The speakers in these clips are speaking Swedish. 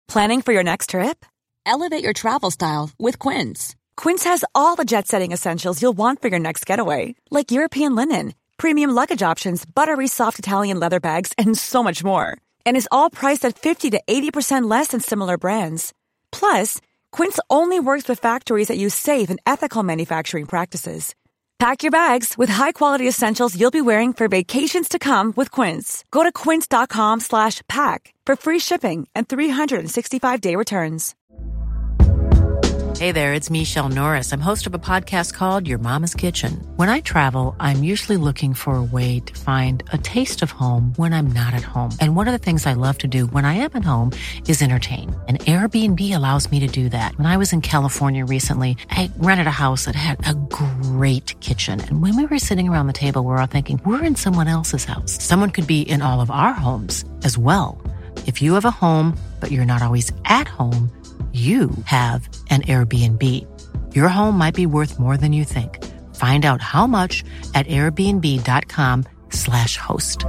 Planning for your next trip? Elevate your travel style with Quince. Quince has all the jet-setting essentials you'll want for your next getaway, like European linen, premium luggage options, buttery soft Italian leather bags, and so much more. And is all priced at 50 to 80% less than similar brands. Plus, Quince only works with factories that use safe and ethical manufacturing practices. Pack your bags with high-quality essentials you'll be wearing for vacations to come with Quince. Go to quince.com/pack for free shipping and 365-day returns. Hey there, it's Michelle Norris. I'm host of a podcast called Your Mama's Kitchen. When I travel, I'm usually looking for a way to find a taste of home when I'm not at home. And one of the things I love to do when I am at home is entertain. And Airbnb allows me to do that. When I was in California recently, I rented a house that had a great kitchen. And when we were sitting around the table, we were all thinking, we're in someone else's house. Someone could be in all of our homes as well. If you have a home, but you're not always at home, you have an Airbnb. Your home might be worth more than you think. Find out how much at airbnb.com/host.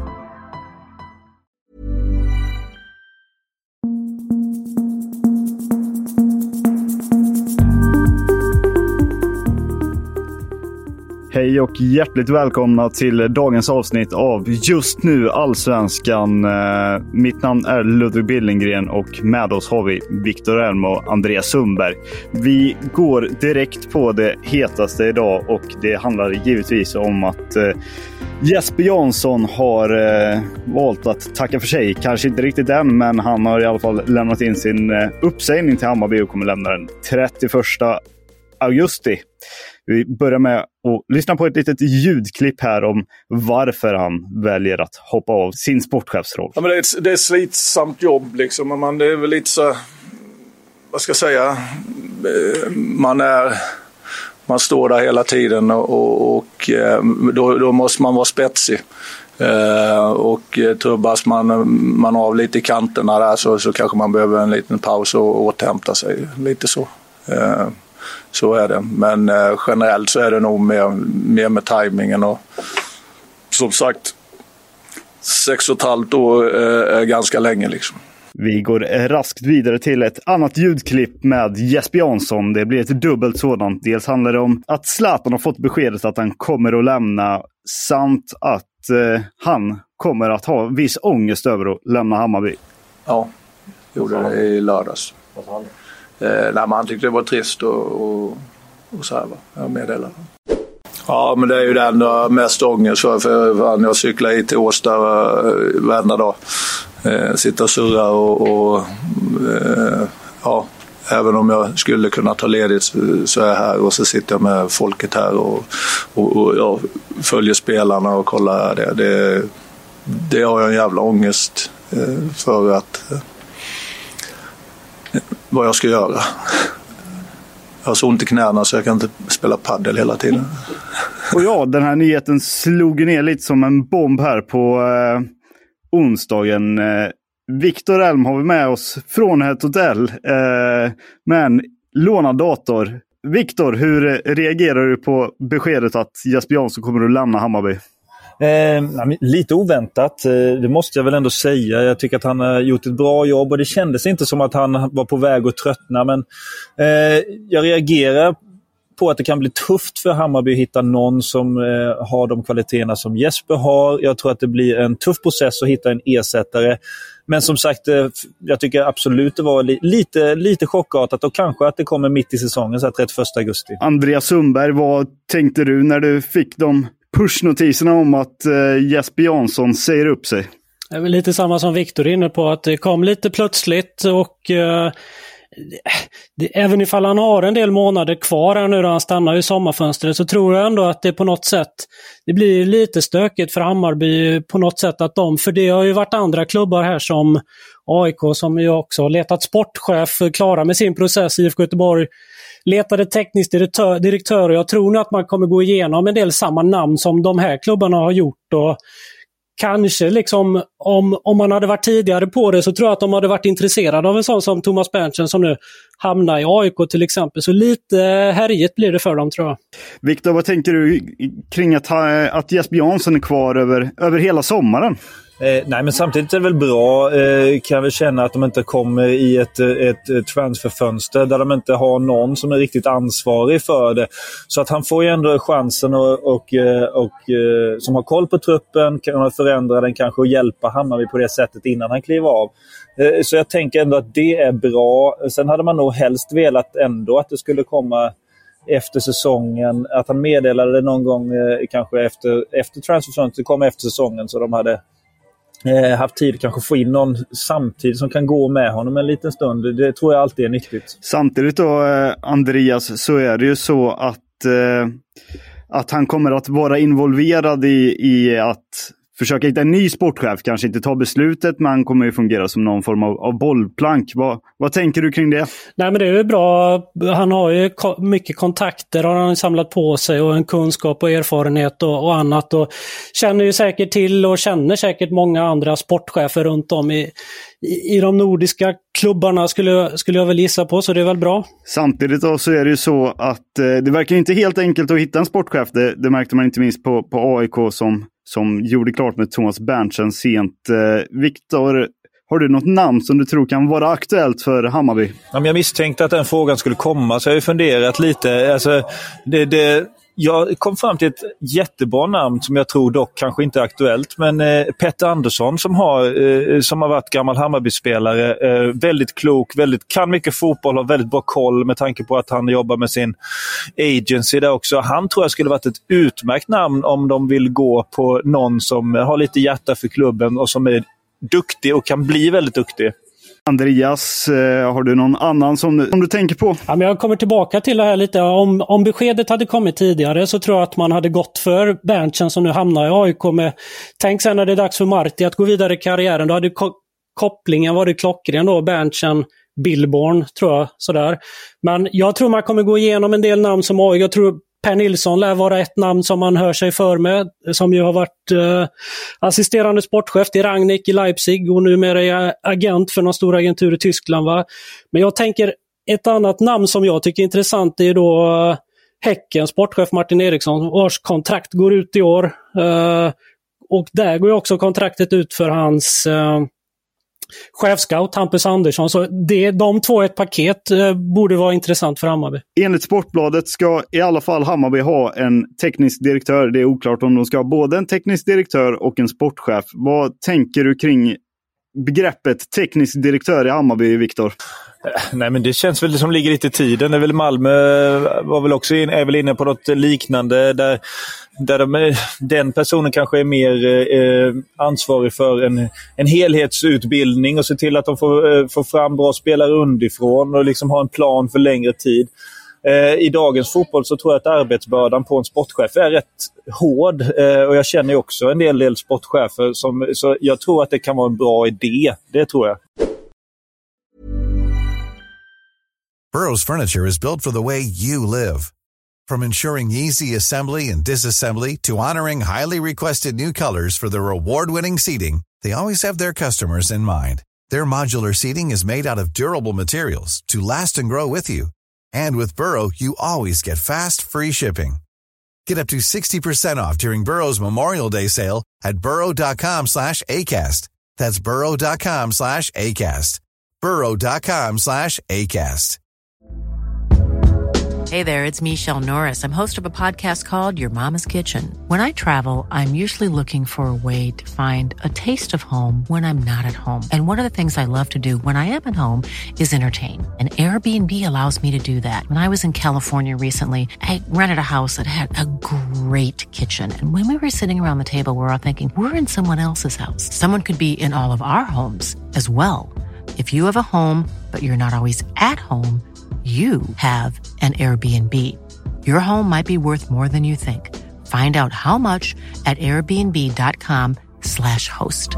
Hej och hjärtligt välkomna till dagens avsnitt av Just nu Allsvenskan. Mitt namn är Ludvig Billengren och med oss har vi Viktor Elm och Andreas Sundberg. Vi går direkt på det hetaste idag och det handlar givetvis om att Jesper Jansson har valt att tacka för sig. Kanske inte riktigt än, men han har i alla fall lämnat in sin uppsägning till Hammarby och kommer lämna den 31 augusti. Vi börjar med att lyssna på ett litet ljudklipp här om varför han väljer att hoppa av sin sportchefsroll. Ja, men det är ett slitsamt jobb liksom. Det är väl lite så, vad ska jag säga, man står där hela tiden och då måste man vara spetsig. Och trubbas man av lite i kanterna där så kanske man behöver en liten paus och återhämta sig lite så. Så är det. Men generellt så är det nog mer med tajmingen och som sagt 6,5 år är ganska länge liksom. Vi går raskt vidare till ett annat ljudklipp med Jesper Jansson. Det blir ett dubbelt sådant. Dels handlar det om att Zlatan har fått beskedet att han kommer att lämna samt att han kommer att ha viss ångest över att lämna Hammarby. Ja, gjorde det i lördags. Nej, man tyckte det var trist och så här va. Jag meddelade. Ja, men det är ju den mest ångest för jag cyklar hit till Årsta varenda dag. Sitter och surrar och ja, även om jag skulle kunna ta ledigt så är jag här och så sitter jag med folket här och jag följer spelarna och kollar det har jag en jävla ångest för att vad jag ska göra. Jag har så ont i knäna så jag kan inte spela paddel hela tiden. Och ja, den här nyheten slog ner lite som en bomb här på onsdagen. Viktor Elm har vi med oss från ett hotell med en lånad dator. Viktor, hur reagerar du på beskedet att Jesper Jansson kommer att lämna Hammarby? Lite oväntat, det måste jag väl ändå säga. Jag tycker att han har gjort ett bra jobb och det kändes inte som att han var på väg att tröttna. Men jag reagerar på att det kan bli tufft för Hammarby att hitta någon som har de kvaliteterna som Jesper har. Jag tror att det blir en tuff process att hitta en ersättare. Men som sagt, jag tycker absolut det var lite chockartat och kanske att det kommer mitt i säsongen, så här 31 augusti. Andreas Sundberg, vad tänkte du när du fick de pushnotiserna om att Jesper Jansson säger upp sig? Det är väl lite samma som Viktor inne på, att det kom lite plötsligt och även ifall han har en del månader kvar här nu då han stannar i sommarfönstret, så tror jag ändå att det på något sätt det blir lite stökigt för Hammarby på något sätt att för det har ju varit andra klubbar här som AIK som ju också har letat sportchef, klara med sin process. IFK Göteborg letade teknisk direktör och jag tror nu att man kommer gå igenom en del samma namn som de här klubbarna har gjort och kanske liksom om man hade varit tidigare på det så tror jag att de hade varit intresserade av en sån som Thomas Berntsen som nu hamnar i AIK till exempel. Så lite härligt blir det för dem, tror jag. Viktor, vad tänker du kring att Jesper Jansson är kvar över hela sommaren? Nej, men samtidigt är det väl bra, kan jag väl känna att de inte kommer i ett transferfönster där de inte har någon som är riktigt ansvarig för det. Så att han får ju ändå chansen och som har koll på truppen, kan förändra den kanske och hjälpa Hammarby på det sättet innan han kliver av. Så jag tänker ändå att det är bra. Sen hade man nog helst velat ändå att det skulle komma efter säsongen, att han meddelade det någon gång kanske efter transferfönstret kom efter säsongen, så de hade haft tid kanske få in någon samtidigt som kan gå med honom en liten stund. Det tror jag alltid är nyttigt. Samtidigt då, Andreas, så är det ju så att han kommer att vara involverad i att försöka hitta en ny sportchef. Kanske inte ta beslutet, men han kommer ju fungera som någon form av bollplank. Vad tänker du kring det? Nej, men det är ju bra. Han har ju mycket kontakter, har han samlat på sig, och en kunskap och erfarenhet och annat. Och känner ju säkert till och känner säkert många andra sportchefer runt om i de nordiska klubbarna skulle jag väl gissa på, så det är väl bra. Samtidigt då så är det ju så att det verkar inte helt enkelt att hitta en sportchef. Det märkte man inte minst på AIK som gjorde klart med Thomas Berntsen sent. Viktor, har du något namn som du tror kan vara aktuellt för Hammarby? Ja, men jag misstänkte att den frågan skulle komma, så jag har ju funderat lite. Alltså, jag kom fram till ett jättebra namn som jag tror dock kanske inte är aktuellt. Men Petter Andersson som har varit gammal Hammarby-spelare. Väldigt klok, kan mycket fotboll och väldigt bra koll med tanke på att han jobbar med sin agency där också. Han tror jag skulle varit ett utmärkt namn om de vill gå på någon som har lite hjärta för klubben och som är duktig och kan bli väldigt duktig. Andreas, har du någon annan som du tänker på? Ja, men jag kommer tillbaka till det här lite. Om beskedet hade kommit tidigare så tror jag att man hade gått för Berntsen som nu hamnar i AIK. Tänk sen när det är dags för Marti att gå vidare i karriären. Då hade kopplingen varit klockren då. Berntsen, Billborn, tror jag. Sådär. Men jag tror man kommer gå igenom en del namn som AIK. Jag tror Per Nilsson lär vara ett namn som man hör sig för med, som ju har varit assisterande sportchef till Rangnick i Leipzig och numera är agent för någon stor agentur i Tyskland. Va? Men jag tänker ett annat namn som jag tycker är intressant är då Häckens sportchef Martin Eriksson, vars kontrakt går ut i år. Och där går ju också kontraktet ut för hans chefscout Hampus Andersson, så de två ett paket borde vara intressant för Hammarby. Enligt Sportbladet ska i alla fall Hammarby ha en teknisk direktör. Det är oklart om de ska ha både en teknisk direktör och en sportchef. Vad tänker du kring begreppet teknisk direktör i Hammarby, Viktor? Nej, men det känns väl som ligger lite i tiden. Det är väl Malmö var väl också är väl inne på något liknande där den personen kanske är mer ansvarig för en helhetsutbildning och se till att de får fram bra spelare underifrån och liksom ha en plan för längre tid. I dagens fotboll så tror jag att arbetsbördan på en sportchef är rätt hård, och jag känner också en del sportchefer så jag tror att det kan vara en bra idé. Det tror jag. Burrow's furniture is built for the way you live. From ensuring easy assembly and disassembly to honoring highly requested new colors for their award-winning seating, they always have their customers in mind. Their modular seating is made out of durable materials to last and grow with you. And with Burrow, you always get fast, free shipping. Get up to 60% off during Burrow's Memorial Day sale at burrow.com/ACAST. That's burrow.com/ACAST. burrow.com/ACAST. Hey there, it's Michelle Norris. I'm host of a podcast called Your Mama's Kitchen. When I travel, I'm usually looking for a way to find a taste of home when I'm not at home. And one of the things I love to do when I am at home is entertain. And Airbnb allows me to do that. When I was in California recently, I rented a house that had a great kitchen. And when we were sitting around the table, we were all thinking, we're in someone else's house. Someone could be in all of our homes as well. If you have a home, but you're not always at home, you have an Airbnb. Your home might be worth more than you think. Find out how much at airbnb.com/host.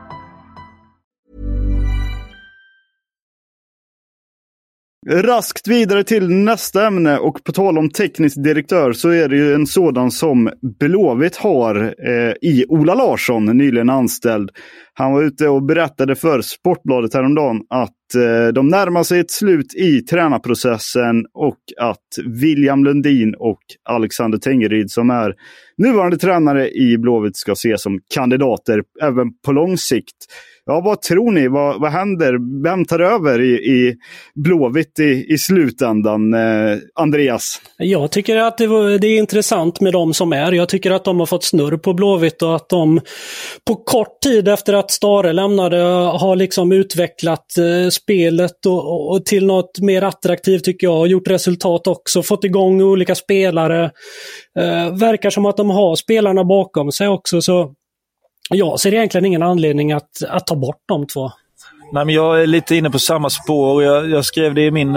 Raskt vidare till nästa ämne, och på tal om teknisk direktör så är det ju en sådan som Blåvitt har i Ola Larsson, nyligen anställd. Han var ute och berättade för Sportbladet häromdagen att de närmar sig ett slut i tränarprocessen och att William Lundin och Alexander Tengeryd som är nuvarande tränare i Blåvitt ska ses som kandidater även på lång sikt. Ja, vad tror ni? Vad händer? Vem tar över i Blåvitt i slutändan? Andreas? Jag tycker att det är intressant med de som är. Jag tycker att de har fått snurr på Blåvitt och att de på kort tid efter att Stare lämnade har liksom utvecklat spelet och till något mer attraktivt tycker jag. Gjort resultat också. Fått igång olika spelare. Verkar som att de har spelarna bakom sig också, så jag ser egentligen ingen anledning att ta bort de två. Nej, men jag är lite inne på samma spår. Jag skrev det i min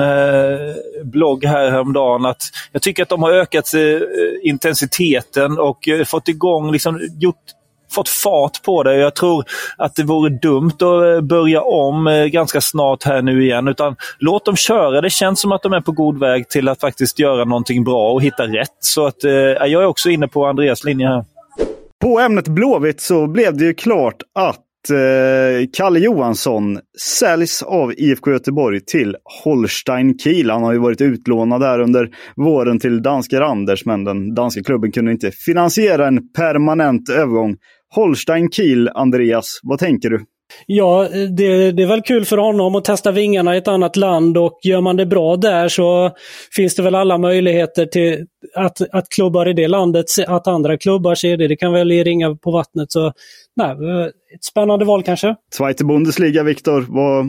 blogg häromdagen att jag tycker att de har ökat intensiteten och fått igång, liksom, fått fart på det. Jag tror att det vore dumt att börja om ganska snart här nu igen, utan låt dem köra. Det känns som att de är på god väg till att faktiskt göra någonting bra och hitta rätt. Så att jag är också inne på Andreas linje här. På ämnet Blåvitt så blev det ju klart att Kalle Johansson säljs av IFK Göteborg till Holstein Kiel. Han har ju varit utlånad där under våren till danska Randers, men den danska klubben kunde inte finansiera en permanent övergång. Holstein Kiel, Andreas, vad tänker du? Ja, det är väl kul för honom att testa vingarna i ett annat land, och gör man det bra där så finns det väl alla möjligheter till att klubbar i det landet, att andra klubbar ser det. Det kan väl ringa på vattnet, så nej, ett spännande val kanske. Zweite Bundesliga, Viktor.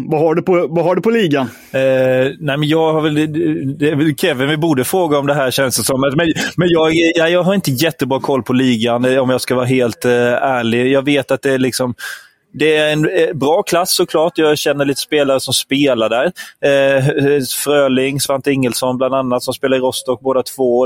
Vad har du på ligan? Nej, men jag har väl, det är väl Kevin vi borde fråga om det här, känns det som. Men jag har inte jättebra koll på ligan, om jag ska vara helt ärlig. Jag vet att det är liksom... Det är en bra klass såklart. Jag känner lite spelare som spelar där. Fröling, Svante Ingelsson bland annat som spelar i Rostock, båda två.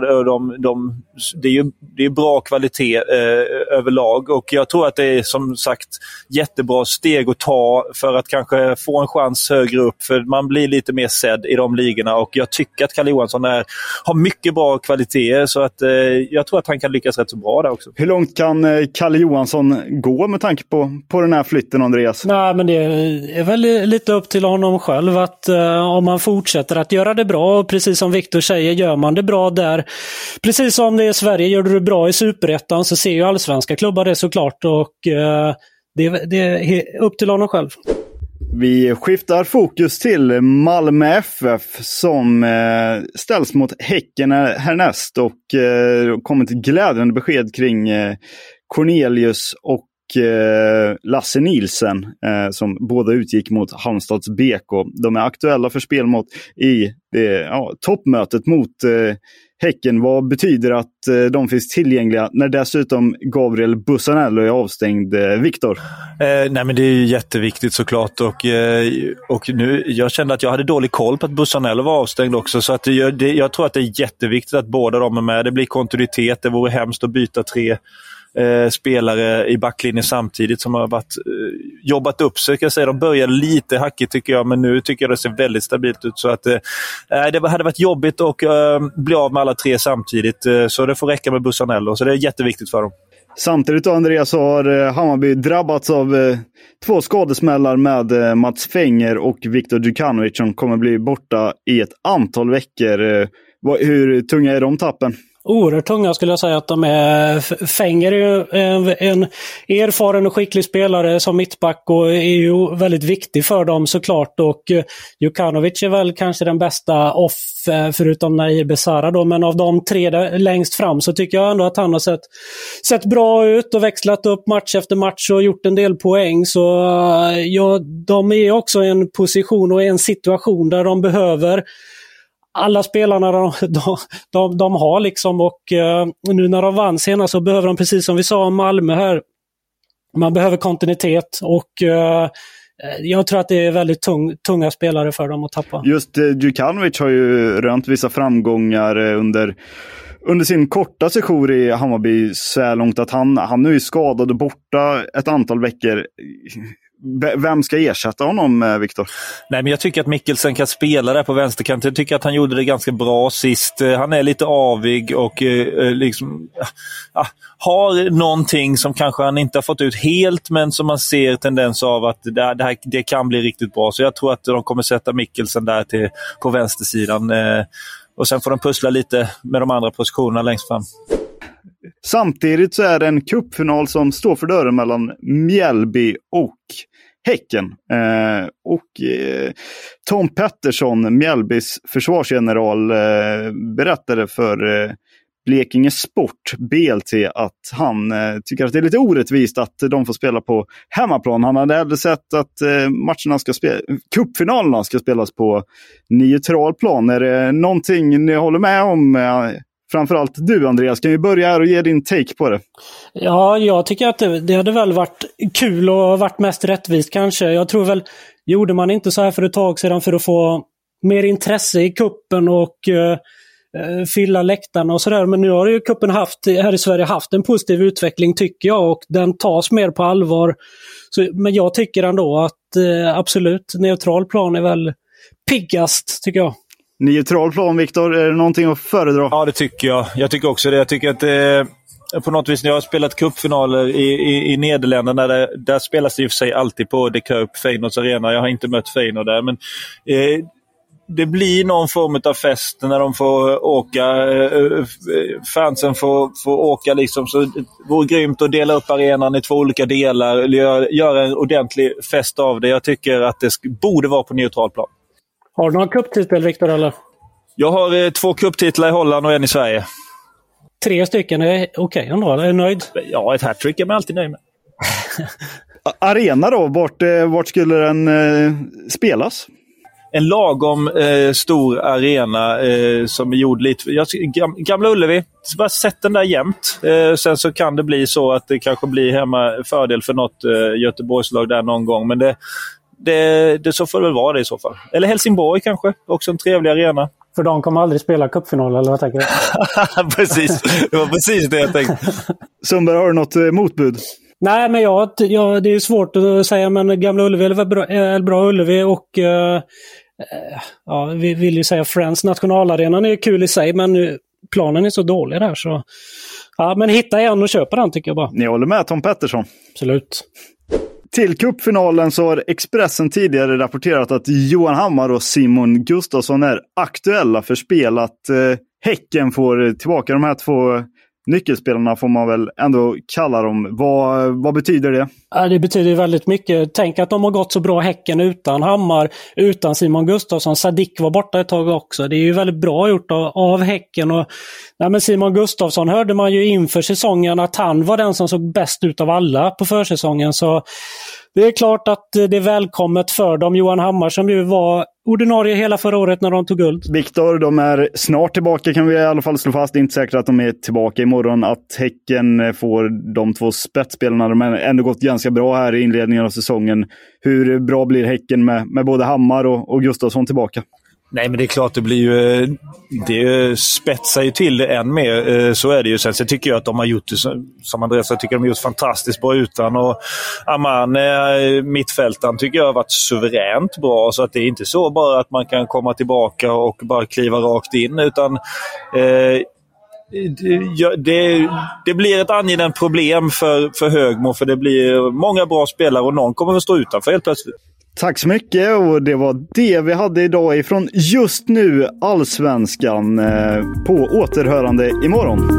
Det är ju bra kvalitet överlag. Och jag tror att det är som sagt jättebra steg att ta för att kanske få en chans högre upp. För man blir lite mer sedd i de ligorna. Och jag tycker att Kalle Johansson har mycket bra kvaliteter. Så att jag tror att han kan lyckas rätt så bra där också. Hur långt kan Kalle Johansson gå med tanke på den här flytten, Andreas? Nej, men det är väl lite upp till honom själv att om man fortsätter att göra det bra, precis som Viktor säger, gör man det bra där, precis som det är i Sverige, gör du det bra i Superettan, så ser ju allsvenska klubbar det såklart, och det är upp till honom själv. Vi skiftar fokus till Malmö FF som ställs mot Häcken härnäst, och kommit ett glädjande besked kring Cornelius och Lasse Nielsen som båda utgick mot Halmstads BK. De är aktuella för spel i toppmötet mot Häcken. Vad betyder att de finns tillgängliga när dessutom Gabriel Bussanello är avstängd, Viktor? Nej, men det är ju jätteviktigt såklart, och nu, jag kände att jag hade dålig koll på att Bussanello var avstängd också, så att jag tror att det är jätteviktigt att båda de är med. Det blir kontinuitet. Det vore hemskt att byta 3 spelare i backlinjen samtidigt som har jobbat upp sig. Jag säga. De började lite hackigt tycker jag, men nu tycker jag det ser väldigt stabilt ut, så att det hade varit jobbigt att bli av med alla 3 samtidigt, så det får räcka med Bussanello, så det är jätteviktigt för dem. Samtidigt då, Andreas, så har Hammarby drabbats av 2 skadesmällar med Mats Fenger och Viktor Djukanovic som kommer bli borta i ett antal veckor. Hur tunga är de tappen? Oerhört tunga skulle jag säga att de är. Fenger är ju en erfaren och skicklig spelare som mittback och är ju väldigt viktig för dem såklart, och Djukanovic är väl kanske den bästa off förutom Nair Besara då, men av de 3 där längst fram så tycker jag ändå att han har sett bra ut och växlat upp match efter match och gjort en del poäng, så de är också i en position och i en situation där de behöver alla spelarna de har liksom, och nu när de vann senast så behöver de, precis som vi sa om Malmö här, man behöver kontinuitet, och jag tror att det är väldigt tunga spelare för dem att tappa. Just Djukanovic har ju rönt vissa framgångar under sin korta sejour i Hammarby så här långt, att han nu är skadad och borta ett antal veckor. Vem ska ersätta honom, Viktor? Nej, men jag tycker att Mikkelsen kan spela där på vänsterkanten. Jag tycker att han gjorde det ganska bra sist. Han är lite avig och har någonting som kanske han inte har fått ut helt, men som man ser tendens av att det kan bli riktigt bra. Så jag tror att de kommer sätta Mikkelsen där på vänstersidan. Och sen får de pussla lite med de andra positionerna längst fram. Samtidigt så är det en cupfinal som står för dörren mellan Mjällby och Häcken. Tom Pettersson, Mjällbys försvarsgeneral, berättade för Blekinge Sport, BLT, att han tycker att det är lite orättvist att de får spela på hemmaplan. Han hade hellre sett att cupfinalerna ska spelas på neutral plan. Är det någonting ni håller med om? Framförallt du, Andreas, kan vi börja här och ge din take på det? Ja, jag tycker att det hade väl varit kul och varit mest rättvist kanske. Jag tror väl, gjorde man inte så här för ett tag sedan för att få mer intresse i kuppen och fylla läktarna och sådär. Men nu har ju kuppen här i Sverige haft en positiv utveckling, tycker jag, och den tas mer på allvar. Men jag tycker ändå att absolut, neutral plan är väl piggast, tycker jag. Neutral plan, Viktor, är det någonting att föredra? Ja, det tycker jag. Jag tycker också det. Jag tycker att på något vis när jag har spelat cupfinaler i Nederländerna, där spelas det i och för sig alltid på De Kuip, Feyenoords arena. Jag har inte mött Feyenoord där, men det blir någon form av fest när de får åka. Fansen får åka liksom. Så det vore grymt att dela upp arenan i 2 olika delar, eller göra en ordentlig fest av det. Jag tycker att det borde vara på neutral plan. Har du någon cuptitel, Viktor, eller? Jag har 2 cuptitlar i Holland och en i Sverige. 3 stycken är okej ändå. Är du nöjd? Ja, ett hattrick är man alltid nöjd med. Arena då? Vart skulle den spelas? En lagom stor arena som är gjord lite... Gamla Ullevi. Bara sätt den där jämt. Sen så kan det bli så att det kanske blir hemma fördel för något Göteborgslag där någon gång. Men det så får det väl vara det i så fall. Eller Helsingborg kanske. Också en trevlig arena. För de kommer aldrig spela cupfinal, eller vad tänker du? Precis. Det var precis det jag tänkte. Sundberg, har du något motbud? Nej, men det är svårt att säga, men Gamla Ullevi är bra Ullevi och vi vill ju säga Friends nationalarenan är kul i sig, men planen är så dålig där så men hitta en och köpa den, tycker jag bara. Ni håller med Tom Pettersson? Absolut. Till cupfinalen så har Expressen tidigare rapporterat att Johan Hammar och Simon Gustafsson är aktuella för spel, att Häcken får tillbaka de här 2 nyckelspelarna, får man väl ändå kalla dem. Vad betyder det? Ja, det betyder väldigt mycket. Tänk att de har gått så bra, Häcken, utan Hammar, utan Simon Gustafsson. Sadik var borta ett tag också. Det är ju väldigt bra gjort av Häcken. Och, men Simon Gustafsson hörde man ju inför säsongen att han var den som såg bäst ut av alla på försäsongen. Så det är klart att det är välkommet för dem. Johan Hammar, som ju var ordinarie hela förra året när de tog guld. Viktor, de är snart tillbaka, kan vi i alla fall slå fast. Det är inte säkert att de är tillbaka imorgon. Att Häcken får de 2 spetsspelarna. De har ändå gått ganska bra här i inledningen av säsongen. Hur bra blir Häcken med både Hammar och Gustafsson tillbaka? Nej, men det är klart, det blir ju, det spetsar ju till det än mer. Så är det ju. Sen så tycker jag att de har gjort det, som Andreas, jag tycker de har gjort fantastiskt bra utan. Och Aman, mittfältaren, tycker jag har varit suveränt bra. Så att det är inte så bara att man kan komma tillbaka och bara kliva rakt in, utan det blir ett angenämt problem för Högmo, för det blir många bra spelare och någon kommer att stå utanför helt plötsligt. Tack så mycket, och det var det vi hade idag ifrån Just nu Allsvenskan. På återhörande imorgon.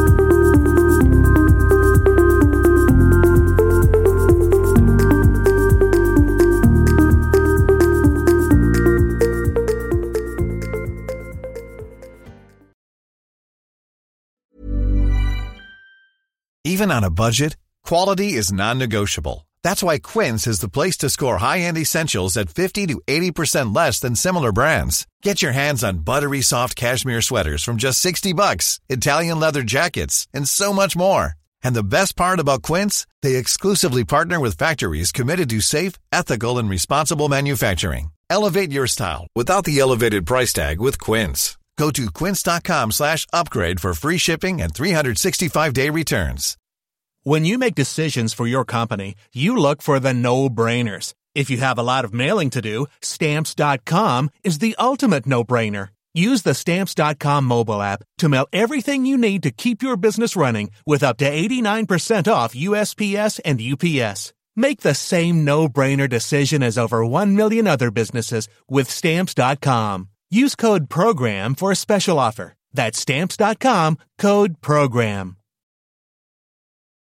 Even on a budget, quality is non-negotiable. That's why Quince is the place to score high-end essentials at 50 to 80% less than similar brands. Get your hands on buttery soft cashmere sweaters from just $60, Italian leather jackets, and so much more. And the best part about Quince, they exclusively partner with factories committed to safe, ethical, and responsible manufacturing. Elevate your style without the elevated price tag with Quince. Go to quince.com/upgrade for free shipping and 365-day returns. When you make decisions for your company, you look for the no-brainers. If you have a lot of mailing to do, Stamps.com is the ultimate no-brainer. Use the Stamps.com mobile app to mail everything you need to keep your business running with up to 89% off USPS and UPS. Make the same no-brainer decision as over 1 million other businesses with Stamps.com. Use code PROGRAM for a special offer. That's Stamps.com, code PROGRAM.